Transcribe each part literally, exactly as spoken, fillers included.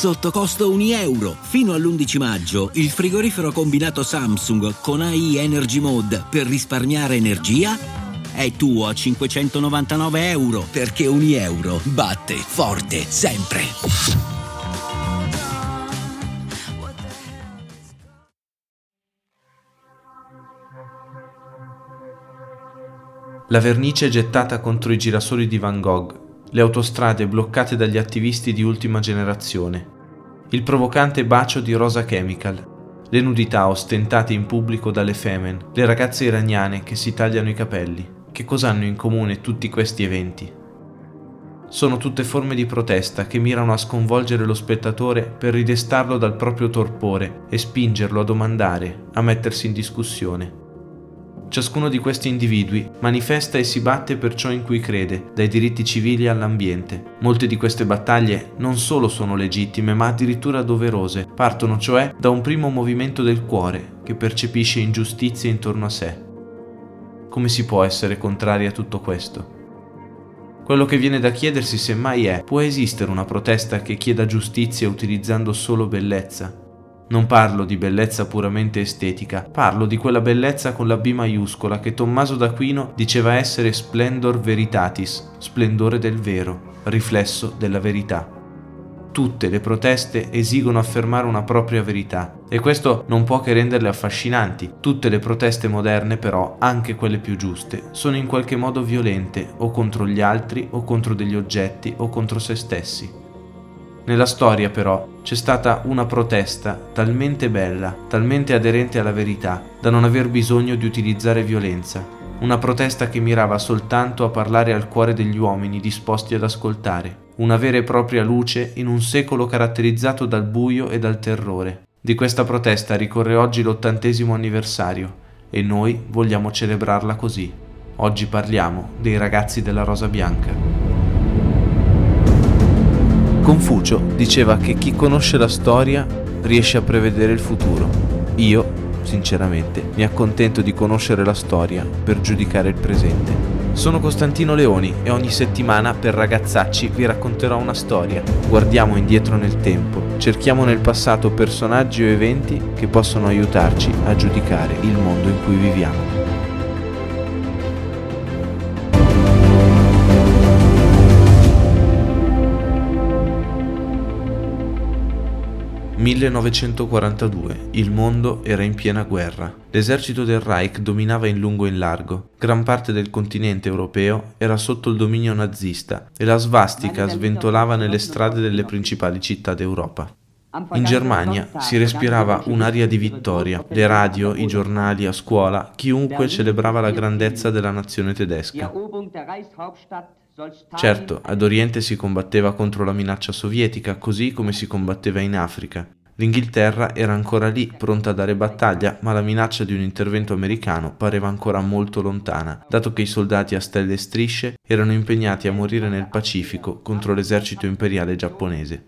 sotto costo un euro. Fino all'undici maggio il frigorifero combinato Samsung con A I Energy Mode per risparmiare energia è tuo a cinquecentonovantanove euro, perché un euro batte forte sempre. La vernice gettata contro i girasoli di Van Gogh, le autostrade bloccate dagli attivisti di ultima generazione, il provocante bacio di Rosa Chemical, le nudità ostentate in pubblico dalle Femen, le ragazze iraniane che si tagliano i capelli. Che cosa hanno in comune tutti questi eventi? Sono tutte forme di protesta che mirano a sconvolgere lo spettatore per ridestarlo dal proprio torpore e spingerlo a domandare, a mettersi in discussione. Ciascuno di questi individui manifesta e si batte per ciò in cui crede, dai diritti civili all'ambiente. Molte di queste battaglie non solo sono legittime, ma addirittura doverose, partono cioè da un primo movimento del cuore che percepisce ingiustizie intorno a sé. Come si può essere contrari a tutto questo? Quello che viene da chiedersi semmai è: può esistere una protesta che chieda giustizia utilizzando solo bellezza? Non parlo di bellezza puramente estetica, parlo di quella bellezza con la B maiuscola che Tommaso d'Aquino diceva essere splendor veritatis, splendore del vero, riflesso della verità. Tutte le proteste esigono affermare una propria verità e questo non può che renderle affascinanti. Tutte le proteste moderne, però, anche quelle più giuste, sono in qualche modo violente o contro gli altri o contro degli oggetti o contro se stessi. Nella storia però c'è stata una protesta talmente bella, talmente aderente alla verità, da non aver bisogno di utilizzare violenza. Una protesta che mirava soltanto a parlare al cuore degli uomini disposti ad ascoltare. Una vera e propria luce in un secolo caratterizzato dal buio e dal terrore. Di questa protesta ricorre oggi l'ottantesimo anniversario e noi vogliamo celebrarla così. Oggi parliamo dei ragazzi della Rosa Bianca. Confucio diceva che chi conosce la storia riesce a prevedere il futuro. Io, sinceramente, mi accontento di conoscere la storia per giudicare il presente. Sono Costantino Leoni e ogni settimana per Ragazzacci vi racconterò una storia. Guardiamo indietro nel tempo, cerchiamo nel passato personaggi o eventi che possono aiutarci a giudicare il mondo in cui viviamo. millenovecentoquarantadue. Il mondo era in piena guerra. L'esercito del Reich dominava in lungo e in largo. Gran parte del continente europeo era sotto il dominio nazista e la svastica sventolava nelle strade delle principali città d'Europa. In Germania si respirava un'aria di vittoria. Le radio, i giornali, a scuola, chiunque celebrava la grandezza della nazione tedesca. Certo, ad Oriente si combatteva contro la minaccia sovietica, così come si combatteva in Africa. L'Inghilterra era ancora lì, pronta a dare battaglia, ma la minaccia di un intervento americano pareva ancora molto lontana, dato che i soldati a stelle e strisce erano impegnati a morire nel Pacifico contro l'esercito imperiale giapponese.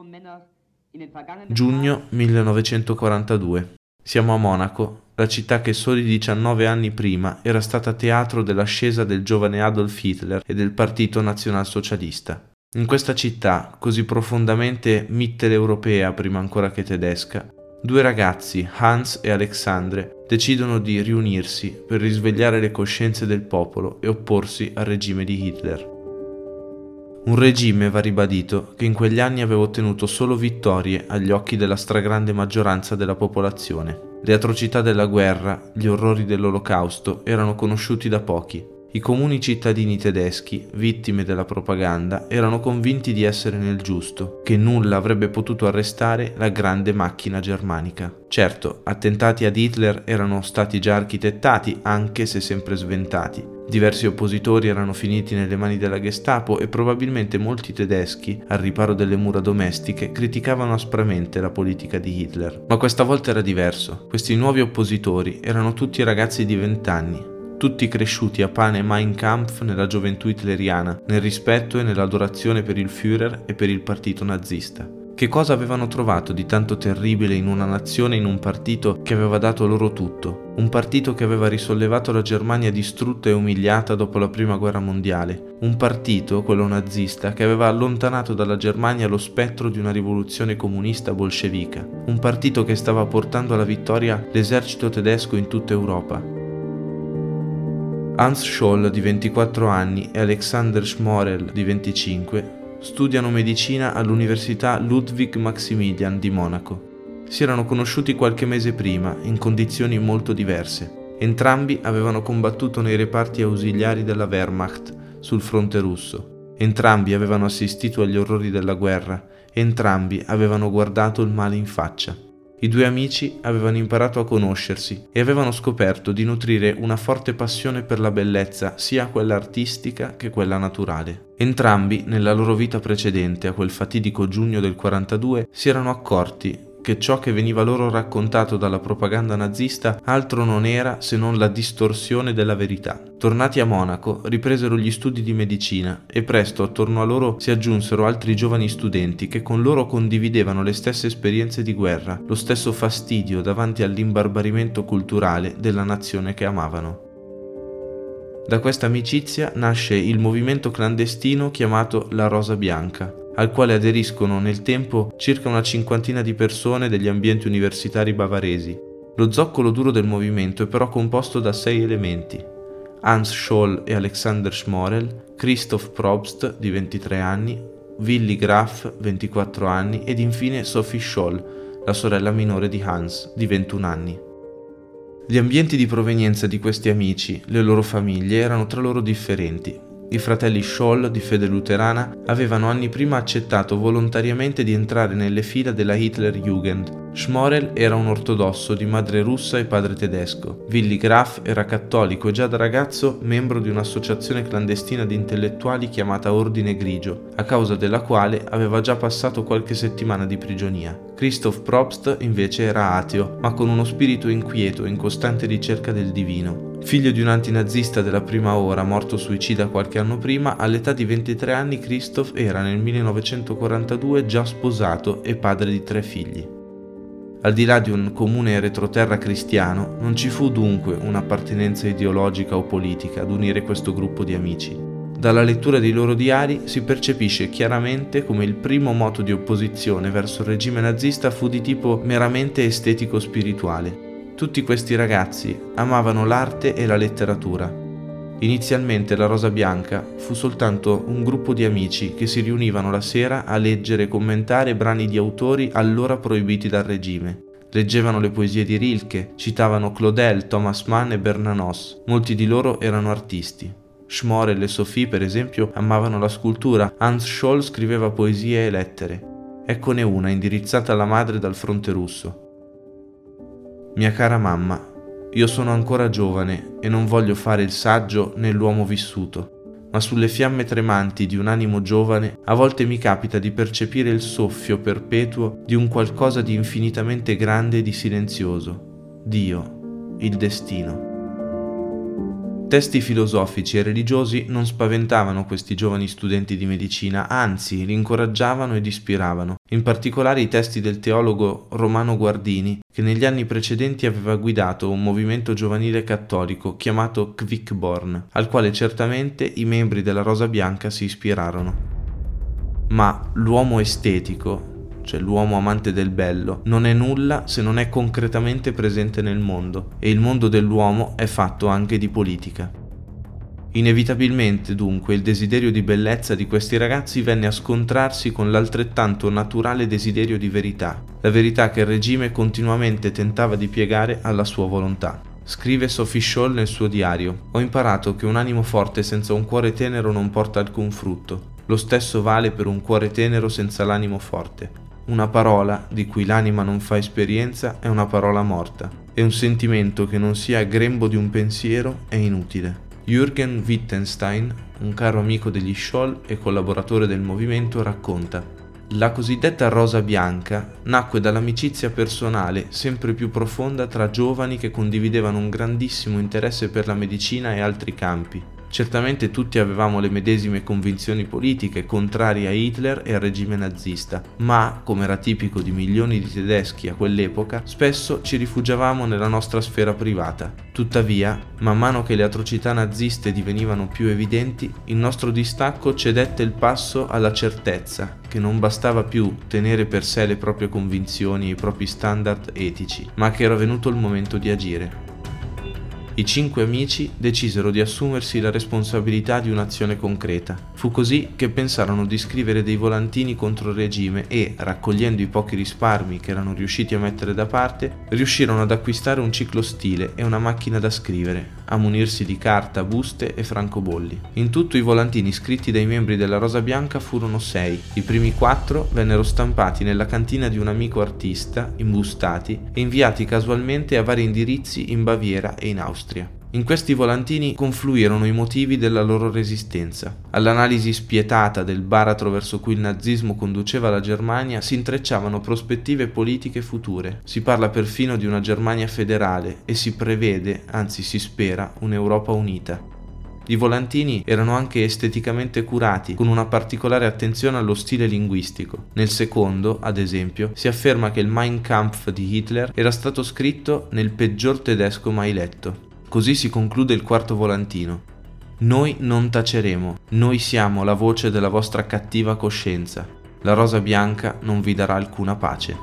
Giugno millenovecentoquarantadue. Siamo a Monaco, la città che soli diciannove anni prima era stata teatro dell'ascesa del giovane Adolf Hitler e del Partito Nazionalsocialista. In questa città, così profondamente mitteleuropea prima ancora che tedesca, due ragazzi, Hans e Alexandre, decidono di riunirsi per risvegliare le coscienze del popolo e opporsi al regime di Hitler. Un regime, va ribadito, che in quegli anni aveva ottenuto solo vittorie agli occhi della stragrande maggioranza della popolazione. Le atrocità della guerra, gli orrori dell'Olocausto erano conosciuti da pochi. I comuni cittadini tedeschi, vittime della propaganda, erano convinti di essere nel giusto, che nulla avrebbe potuto arrestare la grande macchina germanica. Certo, attentati ad Hitler erano stati già architettati, anche se sempre sventati. Diversi oppositori erano finiti nelle mani della Gestapo e probabilmente molti tedeschi, al riparo delle mura domestiche, criticavano aspramente la politica di Hitler. Ma questa volta era diverso. Questi nuovi oppositori erano tutti ragazzi di vent'anni, tutti cresciuti a pane Mein Kampf nella gioventù hitleriana, nel rispetto e nell'adorazione per il Führer e per il partito nazista. Che cosa avevano trovato di tanto terribile in una nazione e in un partito che aveva dato loro tutto? Un partito che aveva risollevato la Germania distrutta e umiliata dopo la Prima Guerra Mondiale. Un partito, quello nazista, che aveva allontanato dalla Germania lo spettro di una rivoluzione comunista bolscevica. Un partito che stava portando alla vittoria l'esercito tedesco in tutta Europa. Hans Scholl, di ventiquattro anni, e Alexander Schmorell, di venticinque, studiano medicina all'Università Ludwig Maximilian di Monaco. Si erano conosciuti qualche mese prima, in condizioni molto diverse. Entrambi avevano combattuto nei reparti ausiliari della Wehrmacht sul fronte russo. Entrambi avevano assistito agli orrori della guerra. Entrambi avevano guardato il male in faccia. I due amici avevano imparato a conoscersi e avevano scoperto di nutrire una forte passione per la bellezza, sia quella artistica che quella naturale. Entrambi, nella loro vita precedente, a quel fatidico giugno del quarantadue, si erano accorti che ciò che veniva loro raccontato dalla propaganda nazista altro non era se non la distorsione della verità. Tornati a Monaco, ripresero gli studi di medicina e presto attorno a loro si aggiunsero altri giovani studenti che con loro condividevano le stesse esperienze di guerra, lo stesso fastidio davanti all'imbarbarimento culturale della nazione che amavano. Da questa amicizia nasce il movimento clandestino chiamato La Rosa Bianca, al quale aderiscono nel tempo circa una cinquantina di persone degli ambienti universitari bavaresi. Lo zoccolo duro del movimento è però composto da sei elementi: Hans Scholl e Alexander Schmorell, Christoph Probst, di ventitré anni, Willy Graf, ventiquattro anni, ed infine Sophie Scholl, la sorella minore di Hans, di ventuno anni. Gli ambienti di provenienza di questi amici, le loro famiglie, erano tra loro differenti. I fratelli Scholl, di fede luterana, avevano anni prima accettato volontariamente di entrare nelle fila della Hitlerjugend. Schmorell era un ortodosso di madre russa e padre tedesco. Willy Graf era cattolico e già da ragazzo membro di un'associazione clandestina di intellettuali chiamata Ordine Grigio, a causa della quale aveva già passato qualche settimana di prigionia. Christoph Probst invece era ateo, ma con uno spirito inquieto e in costante ricerca del divino. Figlio di un antinazista della prima ora, morto suicida qualche anno prima, all'età di ventitré anni Christoph era nel millenovecentoquarantadue già sposato e padre di tre figli. Al di là di un comune retroterra cristiano, non ci fu dunque un'appartenenza ideologica o politica ad unire questo gruppo di amici. Dalla lettura dei loro diari si percepisce chiaramente come il primo moto di opposizione verso il regime nazista fu di tipo meramente estetico-spirituale. Tutti questi ragazzi amavano l'arte e la letteratura. Inizialmente la Rosa Bianca fu soltanto un gruppo di amici che si riunivano la sera a leggere e commentare brani di autori allora proibiti dal regime. Leggevano le poesie di Rilke, citavano Claudel, Thomas Mann e Bernanos. Molti di loro erano artisti. Schmorell e Sophie, per esempio, amavano la scultura. Hans Scholl scriveva poesie e lettere. Eccone una indirizzata alla madre dal fronte russo. Mia cara mamma, io sono ancora giovane e non voglio fare il saggio né l'uomo vissuto, ma sulle fiamme tremanti di un animo giovane a volte mi capita di percepire il soffio perpetuo di un qualcosa di infinitamente grande e di silenzioso, Dio, il destino. Testi filosofici e religiosi non spaventavano questi giovani studenti di medicina, anzi li incoraggiavano ed ispiravano, in particolare i testi del teologo Romano Guardini, che negli anni precedenti aveva guidato un movimento giovanile cattolico chiamato Quickborn, al quale certamente i membri della Rosa Bianca si ispirarono. Ma l'uomo estetico, cioè l'uomo amante del bello, non è nulla se non è concretamente presente nel mondo, e il mondo dell'uomo è fatto anche di politica. Inevitabilmente, dunque, il desiderio di bellezza di questi ragazzi venne a scontrarsi con l'altrettanto naturale desiderio di verità, la verità che il regime continuamente tentava di piegare alla sua volontà. Scrive Sophie Scholl nel suo diario: «Ho imparato che un animo forte senza un cuore tenero non porta alcun frutto. Lo stesso vale per un cuore tenero senza l'animo forte. Una parola di cui l'anima non fa esperienza è una parola morta, e un sentimento che non sia a grembo di un pensiero è inutile». Jürgen Wittgenstein, un caro amico degli Scholl e collaboratore del movimento, racconta: «La cosiddetta Rosa Bianca nacque dall'amicizia personale sempre più profonda tra giovani che condividevano un grandissimo interesse per la medicina e altri campi. Certamente tutti avevamo le medesime convinzioni politiche contrarie a Hitler e al regime nazista, ma, come era tipico di milioni di tedeschi a quell'epoca, spesso ci rifugiavamo nella nostra sfera privata. Tuttavia, man mano che le atrocità naziste divenivano più evidenti, il nostro distacco cedette il passo alla certezza che non bastava più tenere per sé le proprie convinzioni e i propri standard etici, ma che era venuto il momento di agire. I cinque amici decisero di assumersi la responsabilità di un'azione concreta. Fu così che pensarono di scrivere dei volantini contro il regime e, raccogliendo i pochi risparmi che erano riusciti a mettere da parte, riuscirono ad acquistare un ciclostile e una macchina da scrivere, a munirsi di carta, buste e francobolli. In tutto i volantini scritti dai membri della Rosa Bianca furono sei. I primi quattro vennero stampati nella cantina di un amico artista, imbustati e inviati casualmente a vari indirizzi in Baviera e in Austria. In questi volantini confluirono i motivi della loro resistenza. All'analisi spietata del baratro verso cui il nazismo conduceva la Germania si intrecciavano prospettive politiche future. Si parla perfino di una Germania federale e si prevede, anzi si spera, un'Europa unita. I volantini erano anche esteticamente curati, con una particolare attenzione allo stile linguistico. Nel secondo, ad esempio, si afferma che il Mein Kampf di Hitler era stato scritto nel peggior tedesco mai letto. Così si conclude il quarto volantino. Noi non taceremo, noi siamo la voce della vostra cattiva coscienza. La Rosa Bianca non vi darà alcuna pace.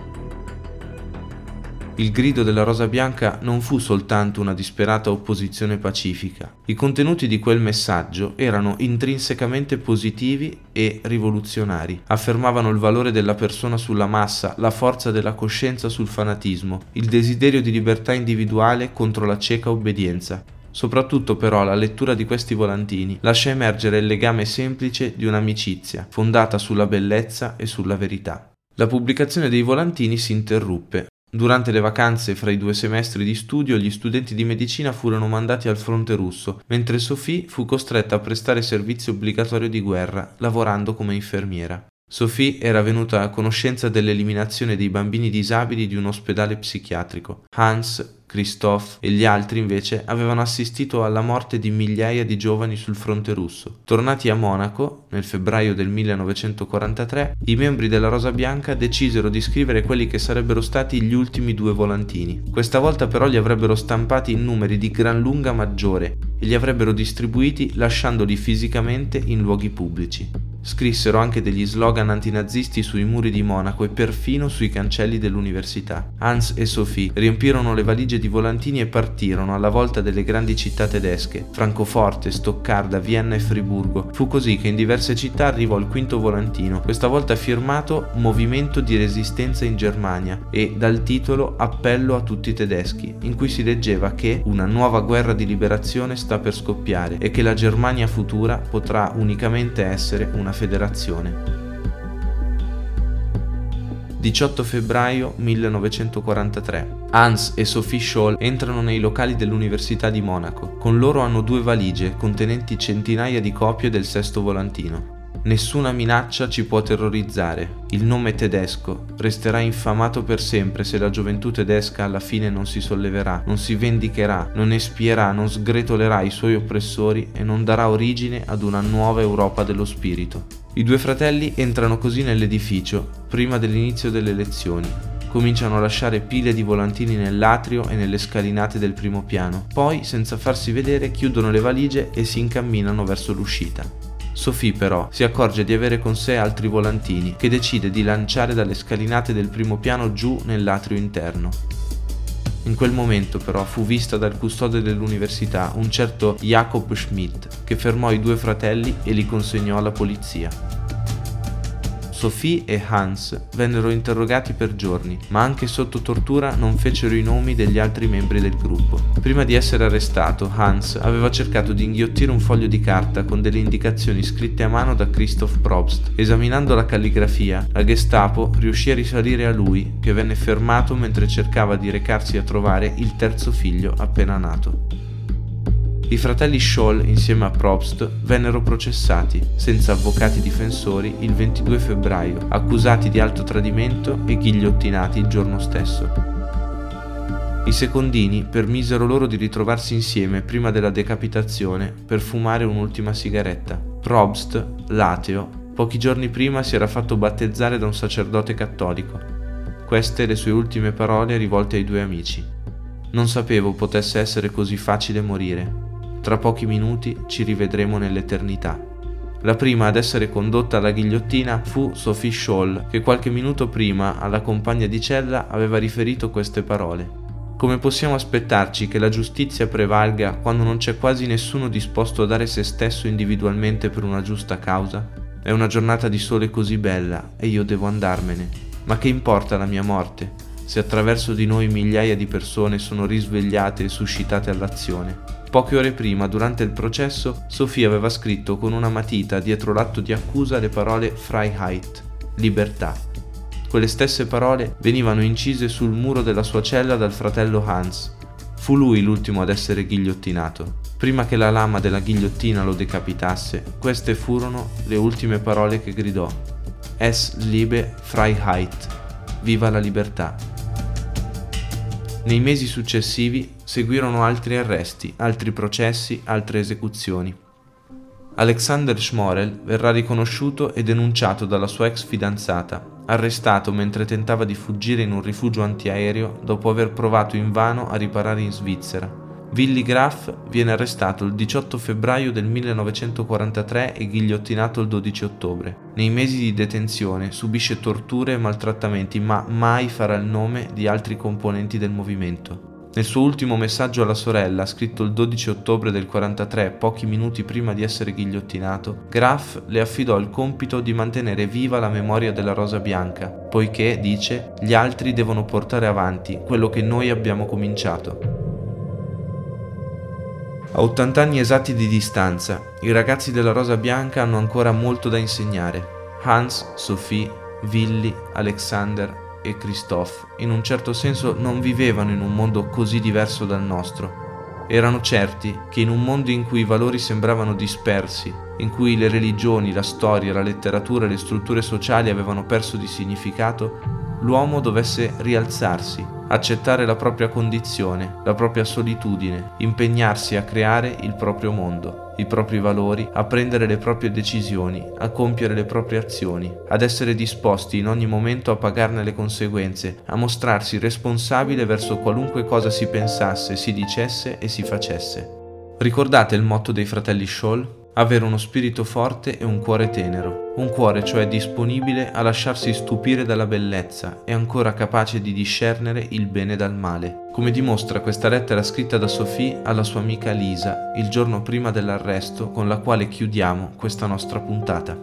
Il grido della Rosa Bianca non fu soltanto una disperata opposizione pacifica. I contenuti di quel messaggio erano intrinsecamente positivi e rivoluzionari. Affermavano il valore della persona sulla massa, la forza della coscienza sul fanatismo, il desiderio di libertà individuale contro la cieca obbedienza. Soprattutto però la lettura di questi volantini lascia emergere il legame semplice di un'amicizia, fondata sulla bellezza e sulla verità. La pubblicazione dei volantini si interruppe. Durante le vacanze fra i due semestri di studio, gli studenti di medicina furono mandati al fronte russo, mentre Sophie fu costretta a prestare servizio obbligatorio di guerra, lavorando come infermiera. Sophie era venuta a conoscenza dell'eliminazione dei bambini disabili di un ospedale psichiatrico. Hans, Christophe e gli altri invece avevano assistito alla morte di migliaia di giovani sul fronte russo. Tornati a Monaco, nel febbraio del millenovecentoquarantatré, i membri della Rosa Bianca decisero di scrivere quelli che sarebbero stati gli ultimi due volantini. Questa volta però li avrebbero stampati in numeri di gran lunga maggiore e li avrebbero distribuiti lasciandoli fisicamente in luoghi pubblici. Scrissero anche degli slogan antinazisti sui muri di Monaco e perfino sui cancelli dell'università. Hans e Sophie riempirono le valigie di volantini e partirono alla volta delle grandi città tedesche, Francoforte, Stoccarda, Vienna e Friburgo. Fu così che in diverse città arrivò il quinto volantino, questa volta firmato Movimento di Resistenza in Germania e dal titolo Appello a tutti i tedeschi, in cui si leggeva che una nuova guerra di liberazione sta per scoppiare e che la Germania futura potrà unicamente essere una federazione. diciotto febbraio millenovecentoquarantatré. Hans e Sophie Scholl entrano nei locali dell'Università di Monaco. Con loro hanno due valigie contenenti centinaia di copie del sesto volantino. Nessuna minaccia ci può terrorizzare. Il nome tedesco resterà infamato per sempre se la gioventù tedesca alla fine non si solleverà, non si vendicherà, non espierà, non sgretolerà i suoi oppressori e non darà origine ad una nuova Europa dello spirito. I due fratelli entrano così nell'edificio, prima dell'inizio delle lezioni. Cominciano a lasciare pile di volantini nell'atrio e nelle scalinate del primo piano. Poi, senza farsi vedere, chiudono le valigie e si incamminano verso l'uscita. Sophie però si accorge di avere con sé altri volantini che decide di lanciare dalle scalinate del primo piano giù nell'atrio interno. In quel momento però fu vista dal custode dell'università, un certo Jacob Schmidt, che fermò i due fratelli e li consegnò alla polizia. Sophie e Hans vennero interrogati per giorni, ma anche sotto tortura non fecero i nomi degli altri membri del gruppo. Prima di essere arrestato, Hans aveva cercato di inghiottire un foglio di carta con delle indicazioni scritte a mano da Christoph Probst. Esaminando la calligrafia, la Gestapo riuscì a risalire a lui, che venne fermato mentre cercava di recarsi a trovare il terzo figlio appena nato. I fratelli Scholl, insieme a Probst, vennero processati, senza avvocati difensori, il ventidue febbraio, accusati di alto tradimento e ghigliottinati il giorno stesso. I secondini permisero loro di ritrovarsi insieme prima della decapitazione per fumare un'ultima sigaretta. Probst, l'ateo, pochi giorni prima si era fatto battezzare da un sacerdote cattolico. Queste le sue ultime parole rivolte ai due amici. Non sapevo potesse essere così facile morire. Tra pochi minuti ci rivedremo nell'eternità. La prima ad essere condotta alla ghigliottina fu Sophie Scholl, che qualche minuto prima alla compagna di cella aveva riferito queste parole. Come possiamo aspettarci che la giustizia prevalga quando non c'è quasi nessuno disposto a dare se stesso individualmente per una giusta causa? È una giornata di sole così bella e io devo andarmene. Ma che importa la mia morte, se attraverso di noi migliaia di persone sono risvegliate e suscitate all'azione? Poche ore prima, durante il processo, Sophie aveva scritto con una matita dietro l'atto di accusa le parole Freiheit, libertà. Quelle stesse parole venivano incise sul muro della sua cella dal fratello Hans. Fu lui l'ultimo ad essere ghigliottinato. Prima che la lama della ghigliottina lo decapitasse, queste furono le ultime parole che gridò. Es liebe Freiheit, viva la libertà. Nei mesi successivi seguirono altri arresti, altri processi, altre esecuzioni. Alexander Schmorell verrà riconosciuto e denunciato dalla sua ex fidanzata, arrestato mentre tentava di fuggire in un rifugio antiaereo dopo aver provato invano a riparare in Svizzera. Willy Graf viene arrestato il diciotto febbraio del millenovecentoquarantatré e ghigliottinato il dodici ottobre. Nei mesi di detenzione subisce torture e maltrattamenti, ma mai farà il nome di altri componenti del movimento. Nel suo ultimo messaggio alla sorella, scritto il dodici ottobre del quarantatré, pochi minuti prima di essere ghigliottinato, Graf le affidò il compito di mantenere viva la memoria della Rosa Bianca, poiché, dice, gli altri devono portare avanti quello che noi abbiamo cominciato. A ottanta anni esatti di distanza, i ragazzi della Rosa Bianca hanno ancora molto da insegnare. Hans, Sophie, Willy, Alexander e Christophe, in un certo senso, non vivevano in un mondo così diverso dal nostro. Erano certi che in un mondo in cui i valori sembravano dispersi, in cui le religioni, la storia, la letteratura e le strutture sociali avevano perso di significato, l'uomo dovesse rialzarsi, accettare la propria condizione, la propria solitudine, impegnarsi a creare il proprio mondo, i propri valori, a prendere le proprie decisioni, a compiere le proprie azioni, ad essere disposti in ogni momento a pagarne le conseguenze, a mostrarsi responsabile verso qualunque cosa si pensasse, si dicesse e si facesse. Ricordate il motto dei fratelli Scholl? Avere uno spirito forte e un cuore tenero, un cuore cioè disponibile a lasciarsi stupire dalla bellezza e ancora capace di discernere il bene dal male, come dimostra questa lettera scritta da Sophie alla sua amica Lisa il giorno prima dell'arresto, con la quale chiudiamo questa nostra puntata.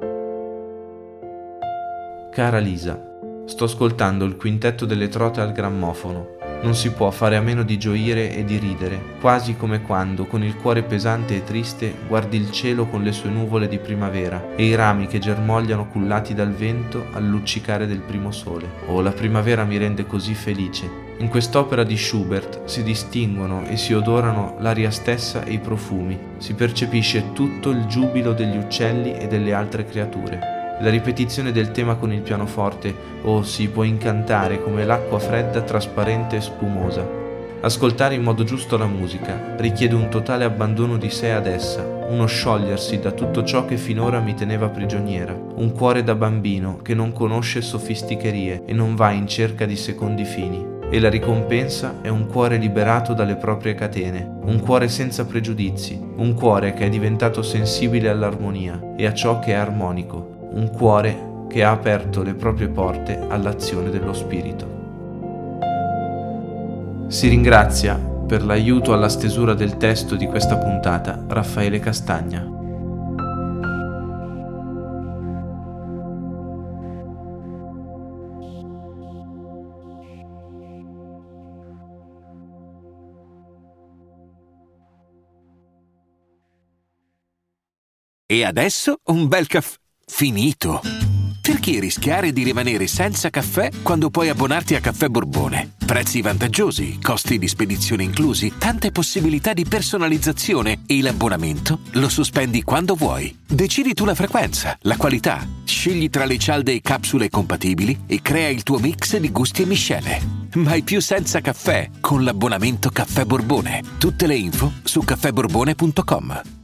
Cara Lisa, sto ascoltando il quintetto delle trote al grammofono. Non si può fare a meno di gioire e di ridere, quasi come quando, con il cuore pesante e triste, guardi il cielo con le sue nuvole di primavera e i rami che germogliano cullati dal vento al luccicare del primo sole. Oh, la primavera mi rende così felice. In quest'opera di Schubert si distinguono e si odorano l'aria stessa e i profumi. Si percepisce tutto il giubilo degli uccelli e delle altre creature. La ripetizione del tema con il pianoforte, oh, si può incantare come l'acqua fredda, trasparente e spumosa. Ascoltare in modo giusto la musica richiede un totale abbandono di sé ad essa, uno sciogliersi da tutto ciò che finora mi teneva prigioniera, un cuore da bambino che non conosce sofisticherie e non va in cerca di secondi fini. E la ricompensa è un cuore liberato dalle proprie catene, un cuore senza pregiudizi, un cuore che è diventato sensibile all'armonia e a ciò che è armonico. Un cuore che ha aperto le proprie porte all'azione dello spirito. Si ringrazia per l'aiuto alla stesura del testo di questa puntata Raffaele Castagna. E adesso un bel caffè finito. Perché rischiare di rimanere senza caffè quando puoi abbonarti a Caffè Borbone? Prezzi vantaggiosi, costi di spedizione inclusi, tante possibilità di personalizzazione e l'abbonamento lo sospendi quando vuoi. Decidi tu la frequenza, la qualità, scegli tra le cialde e capsule compatibili e crea il tuo mix di gusti e miscele. mai più senza caffè con l'abbonamento Caffè Borbone. Tutte le info su caffè borbone punto com.